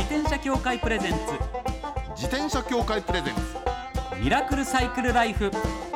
転車協会プレゼンツ自転車協会プレゼンツミラクルサイクルライフ。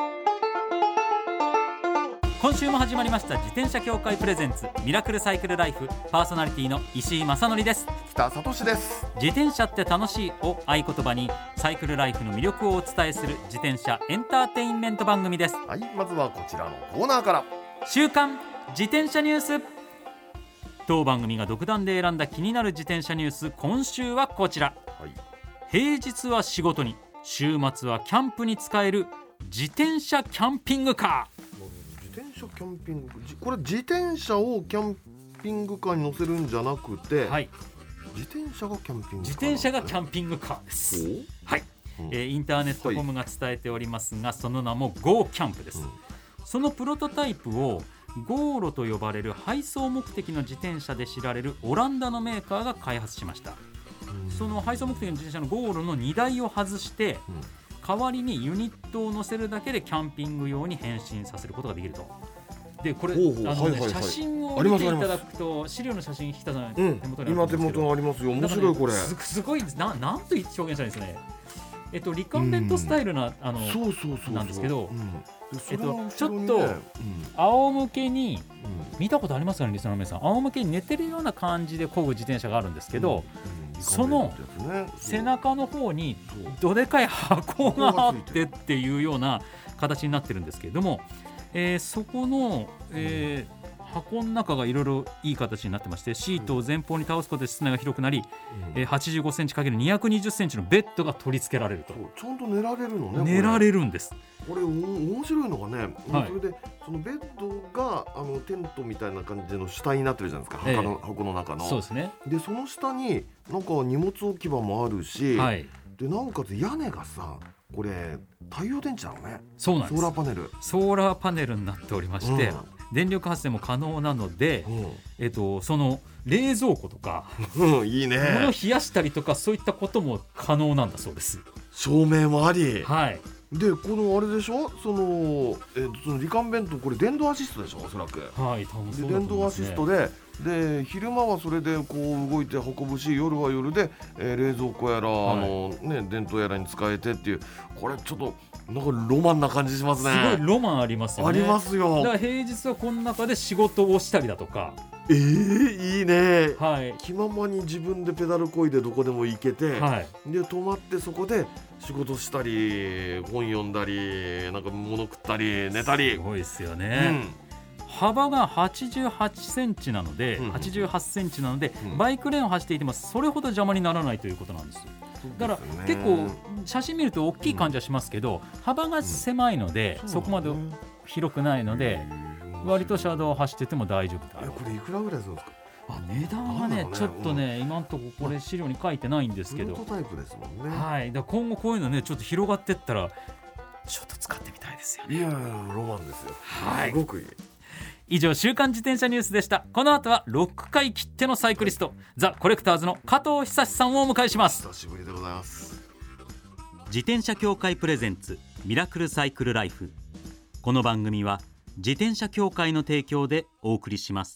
今週も始まりました自転車協会プレゼンツミラクルサイクルライフ。パーソナリティの石井正則です。 北里です。 自転車って楽しいを合言葉にサイクルライフの魅力をお伝えする自転車エンターテインメント番組です。 はい、まずはこちらのコーナーから。 週刊自転車ニュース。当番組が独断で選んだ気になる自転車ニュース、今週はこちら、 はい、 平日は仕事に、週末はキャンプに使える自転車キャンピングカー。 自転車キャンピング、これ自転車をキャンピングカーに乗せるんじゃなくて、 はい、 自転車がキャンピングカー、 自転車がキャンピングカーです。はい、インターネットコムが伝えておりますが、その名も Go キャンプです。そのプロトタイプをゴーロと呼ばれる配送目的の自転車で知られるオランダのメーカーが開発しました。その配送目的の自転車のゴーロの荷台を外して、代わりにユニットを乗せるだけでキャンピング用に変身させることができると。でこれ写真を見ていただくと、資料の写真、北さん、手元に今手元にありますよ。面白いこれ。 すごいです。なんと表現したらいいですね。リカンベットスタイルななんですけど、ちょっと仰向けに、見たことありますかね、リスナーの皆さん。仰向けに寝てるような感じで漕ぐ自転車があるんですけど、その背中の方にどでかい箱があってっていうような形になってるんですけれども、そこの、箱の中がいろいろいい形になってまして、シートを前方に倒すことで室内が広くなり、85センチ ×220 センチのベッドが取り付けられると。 ちゃんと寝られるのね。 寝られるんです。 これ面白いのがね、 はい、 それでそのベッドがテントみたいな感じの主体になってるじゃないですか、箱の中の。 そうですね。 でその下になんか荷物置き場もあるし、 はい、 でなおかつ屋根がさ、これ太陽電池なのね。 そうなんです。 ソーラーパネルになっておりまして、電力発電も可能なので、その冷蔵庫とかいいね、 物を冷やしたりとか、そういったことも可能なんだそうです。 照明もあり、 はい、 でこのあれでしょ、そのリカンベント、これ電動アシストでしょ、おそらく。 はい、多分そうだと思いますね。 で電動アシストで昼間はそれでこう動いて運ぶし、夜は夜で、冷蔵庫やら、電灯やらに使えてっていう、これちょっとなんかロマンな感じしますね。 すごいロマンありますよね。 ありますよ。 だから平日はこの中で仕事をしたりだとか、 いいね、 はい、 気ままに自分でペダルこいでどこでも行けて、 はい、 で泊まってそこで仕事したり、本読んだり、なんか物食ったり寝たり。 すごいですよね。幅が88センチなので、88センチなので、バイクレーンを走っていてもそれほど邪魔にならないということなんです。だから結構写真見ると大きい感じはしますけど、幅が狭いので、そこまで広くないので、割と車道を走ってても大丈夫だ。 これいくらぐらいするんですか？ 値段はね、ちょっとね、今のところこれ資料に書いてないんですけど、 プロトタイプですもんね。 はい、だから今後こういうのね、ちょっと広がっていったらちょっと使ってみたいですよね。 いやロマンですよ。 はい、 すごくいい。 以上、週刊自転車ニュースでした。この後はロック界きってのサイクリスト、ザ・コレクターズの加藤久志さんをお迎えします。 久しぶりでございます。 自転車協会プレゼンツミラクルサイクルライフ。この番組は自転車協会の提供でお送りします。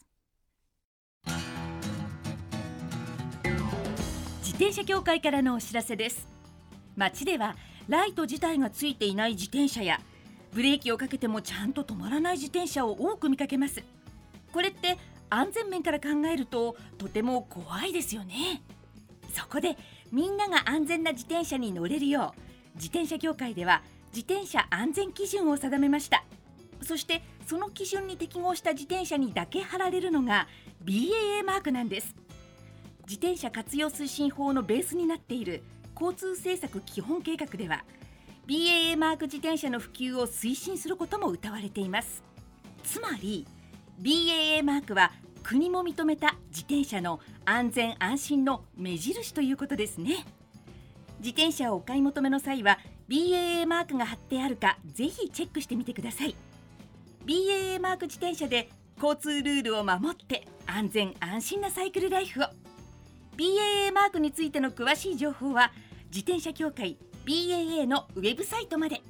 自転車協会からのお知らせです。街ではライト自体がついていない自転車や、ブレーキをかけてもちゃんと止まらない自転車を多く見かけます。これって安全面から考えるととても怖いですよね。そこでみんなが安全な自転車に乗れるよう、自転車協会では自転車安全基準を定めました。そしてその基準に適合した自転車にだけ貼られるのが BAA マークなんです。自転車活用推進法のベースになっている交通政策基本計画では、 BAA マーク自転車の普及を推進することも謳われています。つまり BAA マークは国も認めた自転車の安全安心の目印ということですね。自転車をお買い求めの際は BAA マークが貼ってあるか、ぜひチェックしてみてください。 BAA マーク自転車で交通ルールを守って安全安心なサイクルライフを。 BAA マークについての詳しい情報は自転車協会 BAA のウェブサイトまで。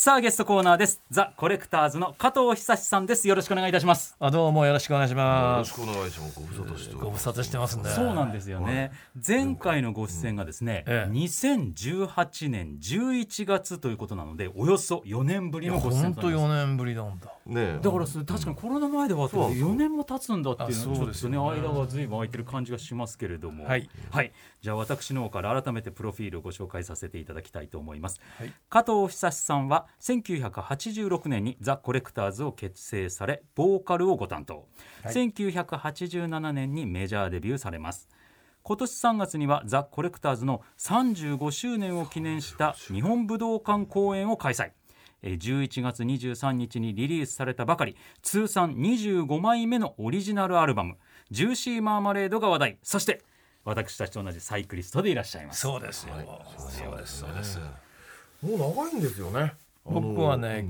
さあゲストコーナーです。ザ・コレクターズの加藤久志さんです。よろしくお願いいたします。 どうもよろしくお願いします。 よろしくお願いします。ご無沙汰してご無沙汰してますね。 そうなんですよね、前回のご出演がですね、2018年11月ということなのでおよそ4年ぶりのご出演となります。 本当4年ぶりなんだ、 ね、だから確かにコロナ前では4年も経つんだっていうのはちょっとね間が随分空いてる感じがしますけれども、はい、じゃあ私の方から改めてプロフィールをご紹介させていただきたいと思います。加藤久志さんは1986年にザ・コレクターズを結成されボーカルをご担当、1987年にメジャーデビューされます。今年3月にはザ・コレクターズの35周年を記念した日本武道館公演を開催。11月23日にリリースされたばかり通算25枚目のオリジナルアルバムジューシーマーマレードが話題。そして私たちと同じサイクリストでいらっしゃいます。 そうですよ、そうですそうです。 もう長いんですよね。 僕はね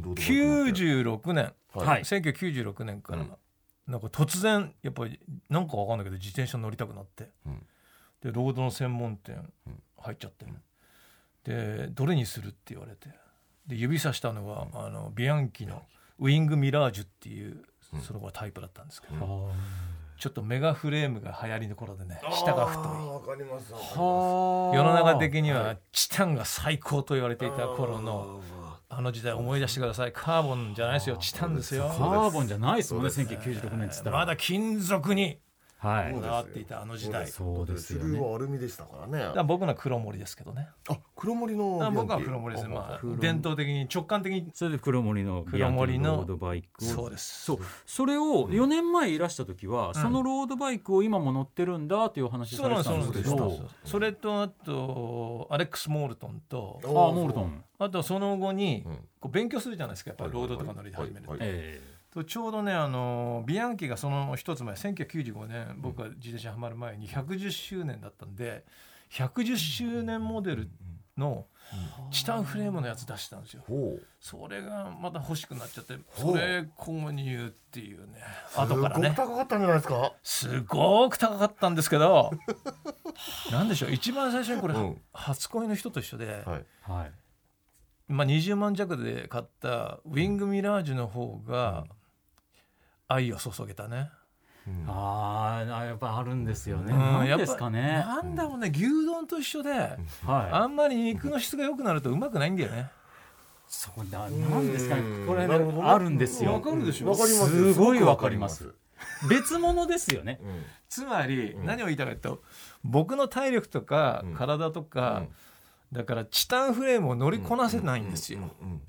96年、1996年から、なんか突然やっぱりなんかわかんないけど自転車乗りたくなって、でロードの専門店入っちゃって、でどれにするって言われて、で指さしたのが、ビアンキのウィングミラージュっていうそのタイプだったんですけど、ちょっとメガフレームが流行りの頃でね、下が太い。 わかります。 世の中的にはチタンが最高と言われていた頃の時代思い出してください。カーボンじゃないですよ、チタンですよ。 カーボンじゃないですもんね。1996年って言ったらまだ金属にこだわっていた時代。 そうですよね。主流はアルミでしたからね。 だから僕のは黒森ですけどね。 黒森の僕は黒森です。伝統的に直感的にそれで黒森のロードバイクを。 そうです。 それを4年前いらした時は、そのロードバイクを今も乗ってるんだという話されてたんですけど、 それとあとアレックス・モールトンとモールトン、 あとその後にこう勉強するじゃないですか、やっぱりロードとか乗り始めると。ちょうどねビアンキがその一つ前1995年僕が自転車ハマる前に110周年だったんで、110周年モデルのチタンフレームのやつ出したんですよ。それがまた欲しくなっちゃって、それ購入っていうね。後からね、 すごく高かったんじゃないですか。 すごく高かったんですけどなんでしょう、一番最初にこれ、初恋の人と一緒で、20万弱で買ったウィングミラージュの方が愛を注げたね。 やっぱあるんですよね。なんですかね。 なんだろうね、牛丼と一緒で、あんまり肉の質が良くなるとうまくないんだよね。 そうだ、なんですかね。これあるんですよ。 わかるでしょ。 すごいわかります。別物ですよね。 つまり何を言いたかというと、僕の体力とか体とかだからチタンフレームを乗りこなせないんですよ。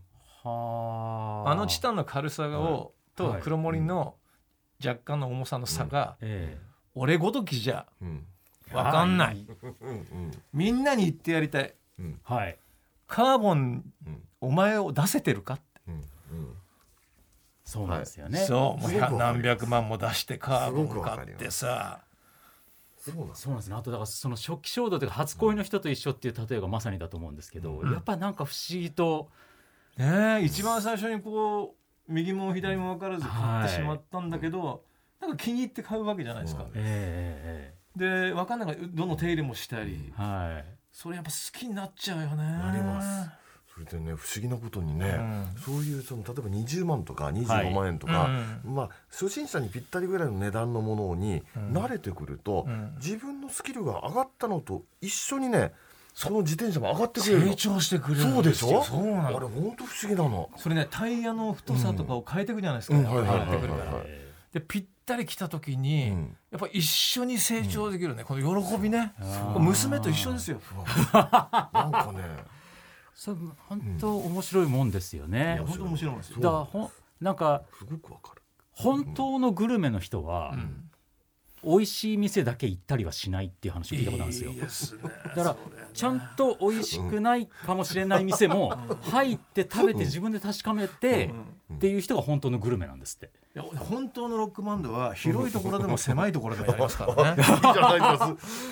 チタンの軽さと黒森の若干の重さの差が、俺ごときじゃ分かんない、みんなに言ってやりたい、カーボン、お前を出せてるかって、 そうなんですよね。 そう何百万も出してカーボン買ってさ、 そうなんですね。あとだからその初期衝動というか初恋の人と一緒っていう例えがまさにだと思うんですけど、やっぱなんか不思議とね、一番最初にこう右も左も分からず買ってしまったんだけど、なんか気に入って買うわけじゃないですか。で分かんないからどの手入れもしたり、それやっぱ好きになっちゃうよね。 なります。それでね、不思議なことにね、そういう例えば20万とか25万円とか、初心者にぴったりぐらいの値段のものに慣れてくると、自分のスキルが上がったのと一緒にね、その自転車も上がってくれるの。 成長してくれる。 そうでしょ。 そうなの。 あれ本当不思議なの。 それね、タイヤの太さとかを変えていくじゃないですか。変えてくるから。でぴったり来た時に、やっぱ一緒に成長できるね。この喜びね。娘と一緒ですよ。 なんかね、 それ本当面白いもんですよね。 本当面白いもんですよ。 なんかすごくわかる。 本当のグルメの人は、美味しい店だけ行ったりはしないっていう話を聞いたことあるんですよ。だからちゃんと美味しくないかもしれない店も入って食べて自分で確かめてっていう人が本当のグルメなんですって。 いや本当のロックバンドは広いところでも狭いところでもやりますからね。 いいじゃないです。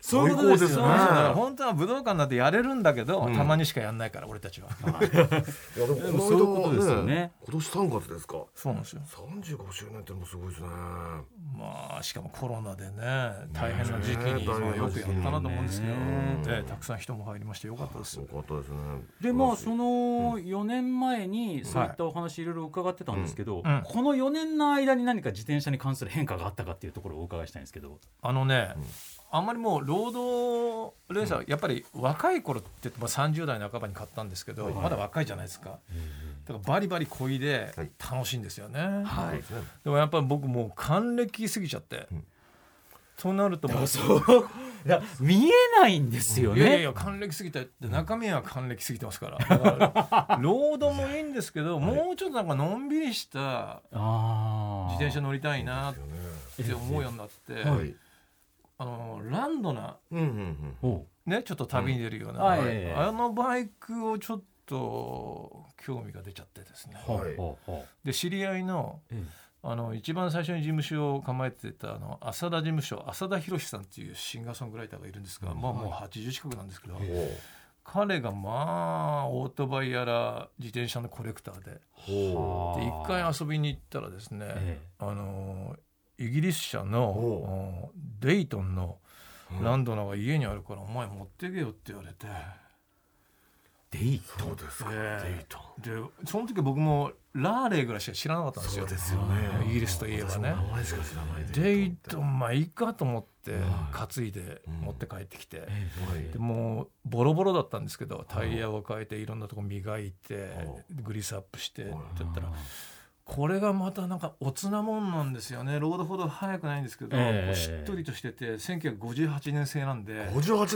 そういうことですよね。 本当は武道館なんてやれるんだけど、たまにしかやんないから俺たちは。 いやでもそういうことですよね。 今年3月ですか。 そうなんですよ。 35周年ってのもすごいですね。 まあしかもコロナでね大変な時期によくやったなと思うんですけど、たくさん人も入りましてよかったです。 よかったですね。 でまあその4年前にそういったお話いろいろ伺ってたんですけど、この4年の間に何か自転車に関する変化があったかっていうところをお伺いしたいんですけど。 あんまりもうロードレーサー、やっぱり若い頃って30代半ばに買ったんですけど、まだ若いじゃないですか。だからバリバリ漕いで楽しいんですよね。でもやっぱり僕もう還暦過ぎちゃって、となるともう見えないんですよね。 いやいや還暦過ぎたって中身は還暦過ぎてますから。だからロードもいいんですけど、もうちょっとなんかのんびりした自転車乗りたいなって思うようになって。ランドな、ね、ちょっと旅に出るような、あのバイクをちょっと興味が出ちゃってですね、で知り合いの、一番最初に事務所を構えてた浅田事務所、浅田博さんっていうシンガーソングライターがいるんですが、もう80近くなんですけど、彼がまあオートバイやら自転車のコレクターで、一回遊びに行ったらですね、イギリス車のデイトンのランドナーが家にあるからお前持ってけよって言われて。 デイトン。 そうですか。デイトンでその時僕もラーレーぐらいしか知らなかったんですよ。 そうですよね。 イギリスといえばね。 名前しか知らないデイトン、まあいいかと思って担いで持って帰ってきて、でもうボロボロだったんですけど、タイヤを変えていろんなとこ磨いてグリスアップしてって言ったら、これがまたなんかおつなもんなんですよね。ロードほど速くないんですけど、しっとりとしてて1958年製なんで。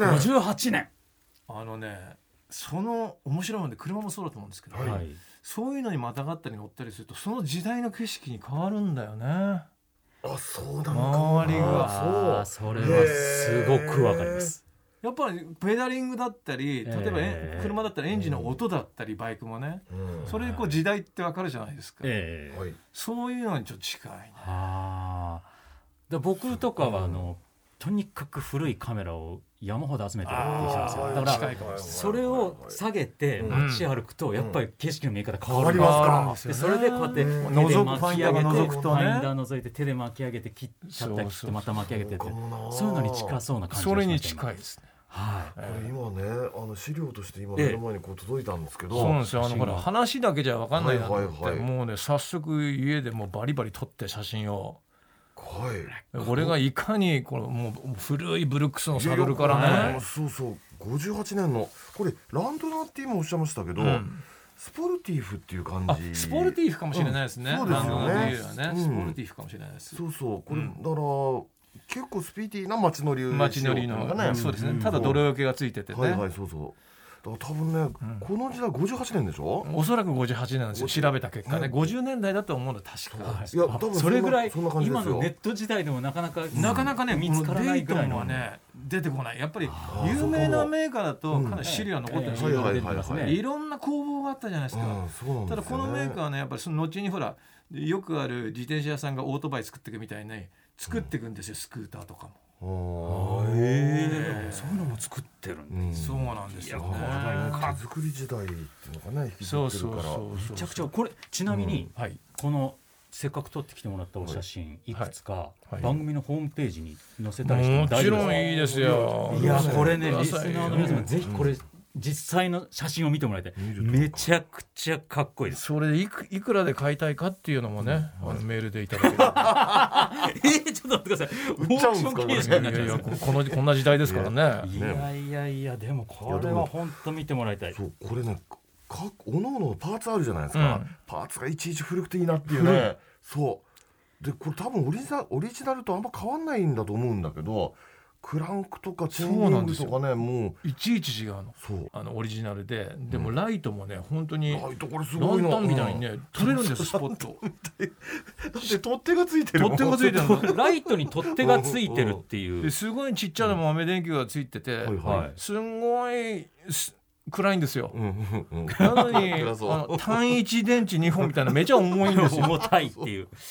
58年その面白いもんで、車もそうだと思うんですけど、そういうのにまたがったり乗ったりするとその時代の景色に変わるんだよね。 あ、そうなのか。 周りがそれはすごくわかります。 やっぱりペダリングだったり、例えば車だったらエンジンの音だったり、バイクもね、それでこう時代ってわかるじゃないですか。そういうのにちょっと近いね。 で僕とかはとにかく古いカメラを山ほど集めてるっていう人なんですよ。だからそれを下げて街歩くとやっぱり景色の見え方変わりますから。それでこうやって手で巻き上げて、ファインダー覗いて手で巻き上げて切っちゃったり切ってまた巻き上げてって、そういうのに近そうな感じがしますね。 それに近いですね。 これ今ね、資料として今目の前にこう届いたんですけど、 そうなんですよ。ほら話だけじゃ分かんないなと思って、もうね早速家でもうバリバリ撮って写真を。俺がいかにこのもう古いブルックスのサドルからね、 そうそう58年のこれランドナーって今おっしゃいましたけど、スポルティーフっていう感じ。 スポルティーフかもしれないですね。 そうですよね。 スポルティーフかもしれないです。 そうそう、これだから結構スピーディーな街乗りのそうですね。ただ泥よけがついててね。 そうそう。多分ね、この時代58年でしょ。 おそらく58年なんですよ。調べた結果ね、50年代だと思うの確か。 いや多分それぐらい今のネット時代でもなかなかね見つからないぐらいのはね出てこない。やっぱり有名なメーカーだとかなり資料が残ってるんですよ。いろんな工房があったじゃないですか。ただこのメーカーはね、やっぱりその後にほらよくある自転車屋さんがオートバイ作っていくみたいに作っていくんですよ、スクーターとかも。 そういうのも作ってるんです。 そうなんですよね。 手作り時代っていうのがね引きずってるから、 めちゃくちゃこれちなみにこのせっかく撮ってきてもらったお写真いくつか番組のホームページに載せたりしても大丈夫ですか？ もちろんいいですよ。 いやこれねリスナーの皆様ぜひこれ実際の写真を見てもらいたい。めちゃくちゃかっこいいです。 それいくらで買いたいかっていうのもね、メールでいただける。 ちょっと待ってください。 売っちゃうんですかこれ。 いやこんな時代ですからね。 いやでもこれは本当見てもらいたい。 そうこれね、おのおのパーツあるじゃないですか。パーツがいちいち古くていいなっていうね。そうでこれ多分オリジナルとあんま変わんないんだと思うんだけど、クランクとかチェーンリングとかね、もういちいち違うの。オリジナルで、でもライトもね本当にランタンみたいにね取れるんですスポット。 だって取っ手がついてる。 ライトに取っ手がついてるっていう。 すごいちっちゃな豆電球がついてて、すごい暗いんですよ。なのに単一電池2本みたいなめちゃ重いんですよ。 重たいっていう。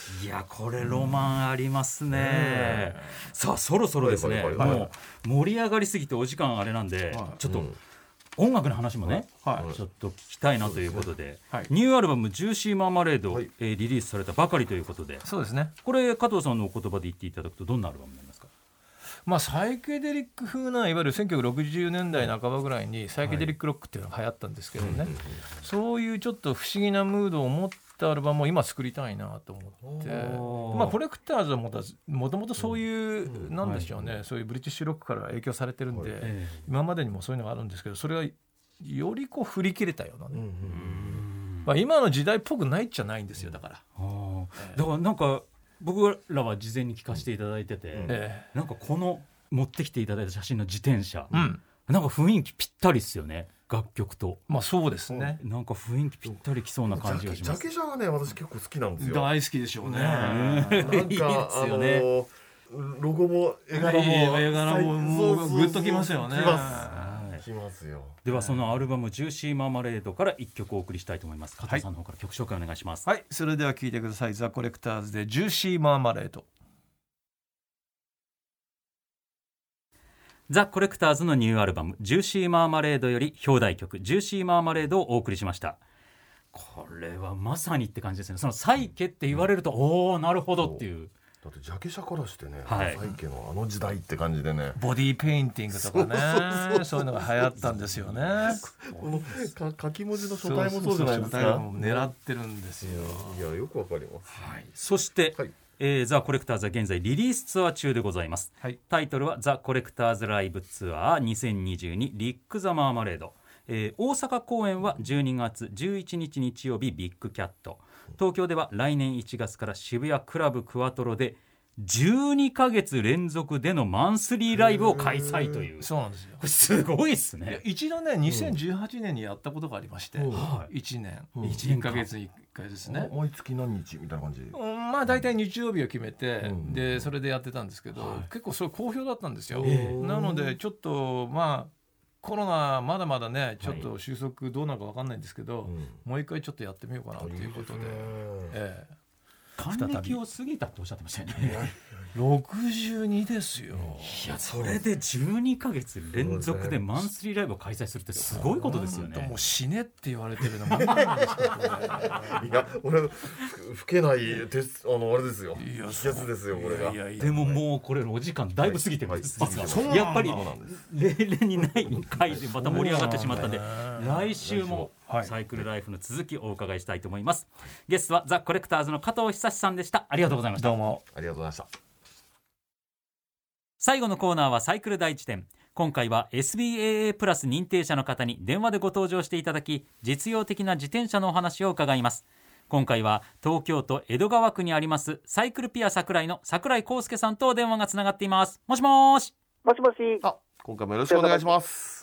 いやこれロマンありますね、さあそろそろですね、もう盛り上がりすぎてお時間あれなんで、ちょっと音楽の話もね、ちょっと聞きたいなということで、ニューアルバムジューシーマーマレード、リリースされたばかりということで、 そうですね。 これ加藤さんのお言葉で言っていただくとどんなアルバムになりますか？ サイケデリック風な、いわゆる1960年代半ばぐらいにサイケデリックロックっていうのが流行ったんですけどね、そういうちょっと不思議なムードを持ったアルバムを今作りたいなと思って、コレクターズはもともとそういう、なんでしょうね、そういうブリティッシュロックから影響されてるんで、今までにもそういうのがあるんですけど、それはよりこう振り切れたようなね、今の時代っぽくないっちゃないんですよ。だからなんか僕らは事前に聞かせていただいてて、なんかこの持ってきていただいた写真の自転車、なんか雰囲気ぴったりですよね、楽曲と。 そうですね、 なんか雰囲気ぴったりきそうな感じがします。 ジャケ写がね、私結構好きなんですよ。 大好きでしょうね。 なんかいいですよね。 ロゴも絵柄ももうグッときますよね。 きますよ。 ではそのアルバムジューシーマーマレードから1曲お送りしたいと思います。加藤さんの方から曲紹介お願いします。 はい、それでは聴いてください。ザ・コレクターズでジューシーマーマレード。 ザ・コレクターズのニューアルバムジューシーマーマレードより表題曲ジューシーマーマレードをお送りしました。これはまさにって感じですね。そのサイケって言われると、おーなるほどっていう。 だってジャケ写からしてね、サイケのあの時代って感じでね、 ボディーペインティングとかね、そういうのが流行ったんですよね。 この書き文字の書体もそうじゃないですか。 狙ってるんですよ。 いやよくわかります。 そして、ザ・コレクターズは現在リリースツアー中でございます。タイトルはザ・コレクターズライブツアー2022リック・ザ・マーマレード。大阪公演は12月11日日曜日ビッグキャット。東京では来年1月から渋谷クラブクワトロで12ヶ月連続でのマンスリーライブを開催という。 そうなんですよ。 これすごいですね。 一度ね2018年にやったことがありまして、1年1ヶ月に1回ですね。 毎月何日みたいな感じ。 大体日曜日を決めて、でそれでやってたんですけど、結構それ好評だったんですよ。なのでちょっとコロナまだまだねちょっと収束どうなるか分かんないんですけど、もう一回ちょっとやってみようかなということで、 還暦を過ぎたっておっしゃってましたよね。 62ですよ。 いやそれで12ヶ月連続でマンスリーライブを開催するってすごいことですよね。 もう死ねって言われてるのもなんですけどね。 いや俺老けないですあれですよ。いやつですよこれが。 でももうこれお時間だいぶ過ぎてます。やっぱり例年にない回でまた盛り上がってしまったんで、来週もサイクルライフの続きをお伺いしたいと思います。ゲストはザ・コレクターズの加藤久志さんでした。ありがとうございました。 どうもありがとうございました。 最後のコーナーはサイクル第一点。今回は SBAA プラス認定者の方に電話でご登場していただき、実用的な自転車のお話を伺います。今回は東京都江戸川区にありますサイクルピア桜井の桜井康介さんと電話がつながっています。もしもし。 もしもし。 今回もよろしくお願いします。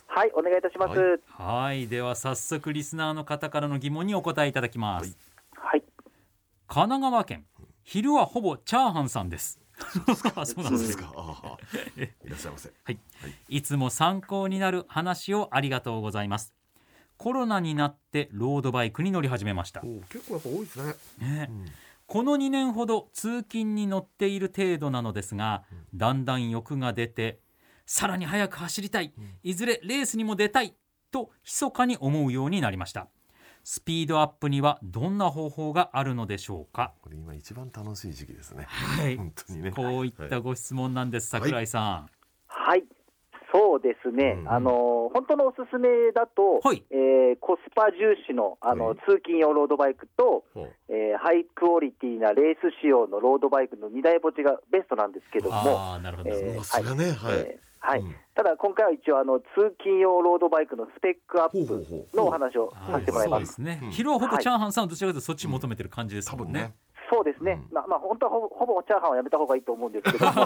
はい、お願いいたします。 はい、では早速リスナーの方からの疑問にお答えいただきます。 はい。 神奈川県、昼はほぼチャーハンさんです。そうなんですか。 いらっしゃいませ。 いつも参考になる話をありがとうございます。コロナになってロードバイクに乗り始めました。 結構やっぱ多いですね。 この2年ほど通勤に乗っている程度なのですが、だんだん欲が出て、さらに速く走りたい、いずれレースにも出たいと密かに思うようになりました。スピードアップにはどんな方法があるのでしょうか。 これ今一番楽しい時期ですね。 本当にね。こういったご質問なんです。桜井さん。 はい、そうですね。本当のおすすめだと、コスパ重視の通勤用ロードバイクと、ハイクオリティなレース仕様のロードバイクの2台持ちがベストなんですけども。 なるほど。 それね。 ただ今回は一応通勤用ロードバイクのスペックアップのお話をさせてもらいます。 昼はほぼチャーハンさんはどちらかというとそっち求めてる感じですもんね。 そうですね。本当はほぼチャーハンはやめた方がいいと思うんですけどま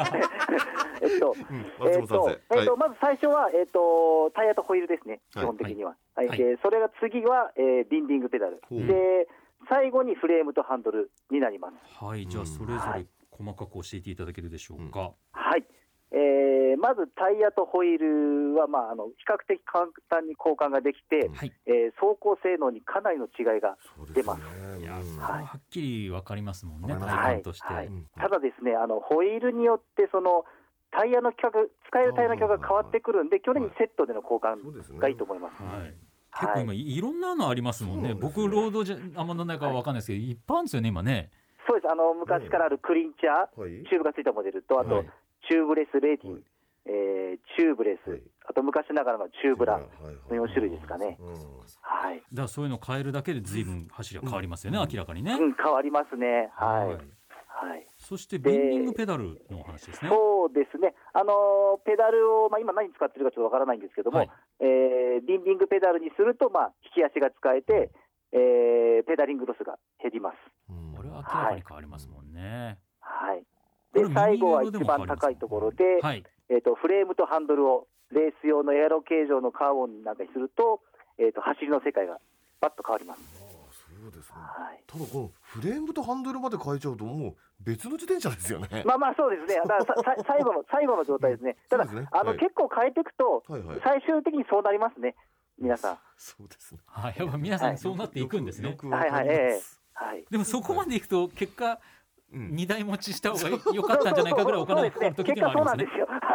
ず最初はタイヤとホイールですね。基本的には。それが次はビンディングペダルで、最後にフレームとハンドルになります。 はい、じゃあそれぞれ細かく教えていただけるでしょうか。 はい。 まずタイヤとホイールは、比較的簡単に交換ができて、走行性能にかなりの違いが出ます。 はっきり分かりますもんね、体感として。 ただですね、ホイールによってタイヤの規格、使えるタイヤの規格が変わってくるんで、去年にセットでの交換がいいと思います。 結構今いろんなのありますもんね。僕ロードじゃあんま乗らないから分かんないですけど、いっぱいあるんですよね今ね。 そうです。昔からあるクリンチャー、チューブがついたモデルと、あとチューブレスレディ、チューブレス、あと昔ながらのチューブラの4種類ですかね。 だからそういうのを変えるだけで随分走りは変わりますよね、明らかにね。 変わりますね。 そしてビンディングペダルの話ですね。 そうですね。ペダルを、今何使ってるかちょっとわからないんですけども、ビンディングペダルにすると、引き足が使えて、ペダリングロスが減ります。 これは明らかに変わりますもんね。 で、最後は一番高いところで、フレームとハンドルをレース用のエアロ形状のカーボンなんかにすると、走りの世界がバッと変わります。 そうですね。ただこのフレームとハンドルまで変えちゃうともう別の自転車ですよね。 そうですね。だから最後の状態ですね。ただ結構変えていくと、最終的にそうなりますね。皆さん。 そうですね。 やっぱ皆さんそうなっていくんですね。でもそこまでいくと結果2台持ちした方が良かったんじゃないかぐらいお金がかかる時もありますね。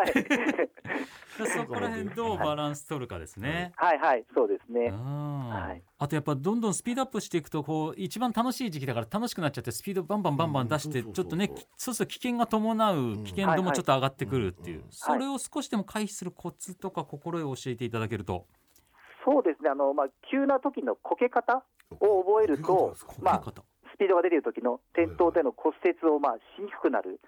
そこら辺どうバランス取るかですね。 そうですね。 あとやっぱどんどんスピードアップしていくと一番楽しい時期だから楽しくなっちゃってスピードバンバン出してちょっとね、そうすると危険が伴う危険度もちょっと上がってくるっていう、それを少しでも回避するコツとか心得を教えていただけると。 そうですね。急な時のこけ方を覚えると、スピードが出ている時の転倒での骨折をしにくくなる。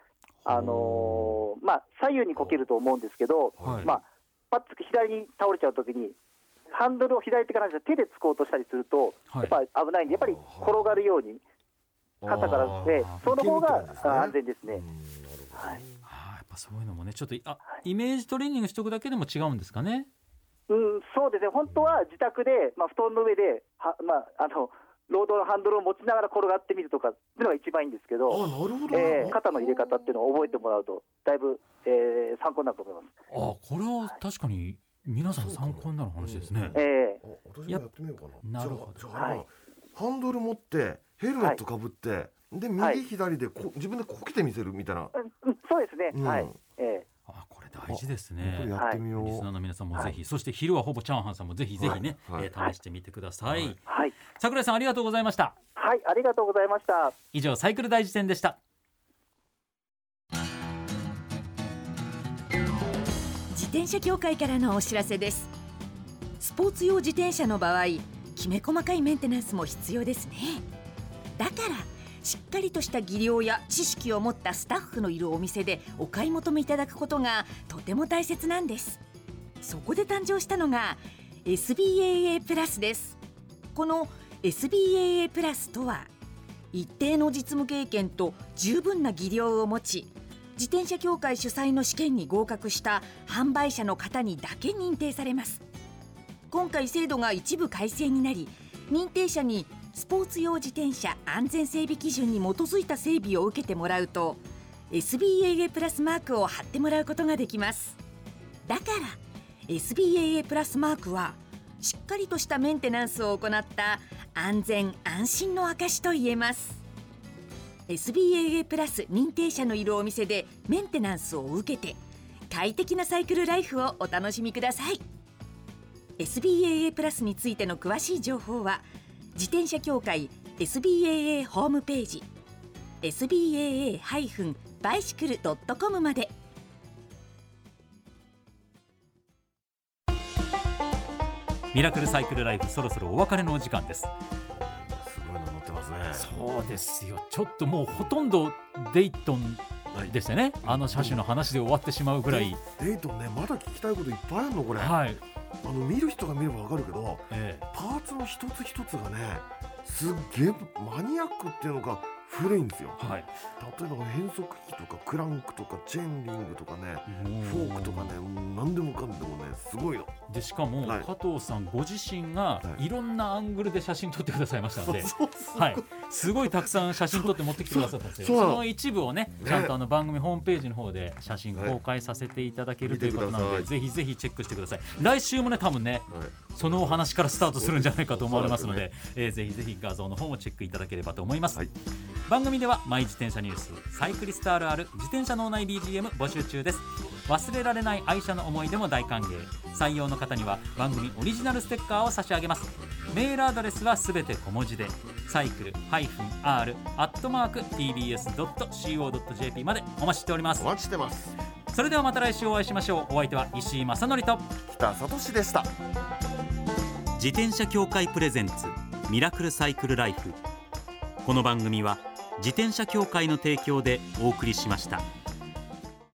左右にこけると思うんですけど、パッと左に倒れちゃう時にハンドルを左手から手でつこうとしたりすると、やっぱり危ないんで、やっぱり転がるように肩からしてその方が安全ですね。やっぱそういうのもね、ちょっとイメージトレーニングしておくだけでも違うんですかね。 そうですね。本当は自宅で、布団の上でロードのハンドルを持ちながら転がってみるとかっていうのが一番いいんですけど、肩の入れ方っていうのを覚えてもらうとだいぶ、参考になると思います。 これは確かに皆さん参考になる話ですね。 私もやってみようかな。 なるほど。 ハンドル持ってヘルメットかぶって、で右左で自分でこけてみせるみたいな。 そうですね。 これ大事ですね。 やってみよう。 リスナーの皆さんもぜひ、そして昼はほぼチャーハンさんもぜひね、試してみてください。櫻井さんありがとうございました。 ありがとうございました。 以上サイクル大辞典でした。 自転車協会からのお知らせです。スポーツ用自転車の場合、きめ細かいメンテナンスも必要ですね。だからしっかりとした技量や知識を持ったスタッフのいるお店でお買い求めいただくことがとても大切なんです。そこで誕生したのが SBAA プラスです。この SBAA プラスとは、一定の実務経験と十分な技量を持ち、自転車協会主催の試験に合格した販売者の方にだけ認定されます。今回制度が一部改正になり、認定者にスポーツ用自転車安全整備基準に基づいた整備を受けてもらうと SBAA プラスマークを貼ってもらうことができます。だから SBAA プラスマークはしっかりとしたメンテナンスを行った安全安心の証と言えます。 SBAA プラス認定者のいるお店でメンテナンスを受けて快適なサイクルライフをお楽しみください。 SBAA プラスについての詳しい情報は自転車協会 SBAA ホームページ SBAA-bicycle.com まで。 ミラクルサイクルライフ、そろそろお別れのお時間です。 すごいの乗ってますね。 そうですよ。ちょっともうほとんどデイトンでしたね。車種の話で終わってしまうぐらい。 デイトンね、まだ聞きたいこといっぱいあるのこれ。見る人が見れば分かるけど、パーツの一つ一つがね、すっげえマニアックっていうのか古いんですよ、 はい、 例えば変速機とかクランクとかチェーンリングとかね、フォークとかね、何でもかんでもねすごいので、しかも、はい、加藤さんご自身がいろんなアングルで写真撮ってくださいましたので、はい、すごいたくさん写真撮って持ってきてくださったんですよ。その一部をねちゃんと番組ホームページの方で写真公開させていただけるということなので、ぜひぜひチェックしてください。来週もね多分ね、そのお話からスタートするんじゃないかと思われますので、ぜひぜひ画像の方もチェックいただければと思います、はい、番組ではマイ自転車ニュース、サイクリストあるある、自転車脳内 BGM 募集中です。忘れられない愛車の思い出も大歓迎。採用の方には番組オリジナルステッカーを差し上げます。メールアドレスはすべて小文字でサイクル -r@tbs.co.jp までお待ちしております。 お待ちしてます。 それではまた来週お会いしましょう。お相手は石井正則と北里志でした。 自転車協会プレゼンツミラクルサイクルライフ。この番組は自転車協会の提供でお送りしました。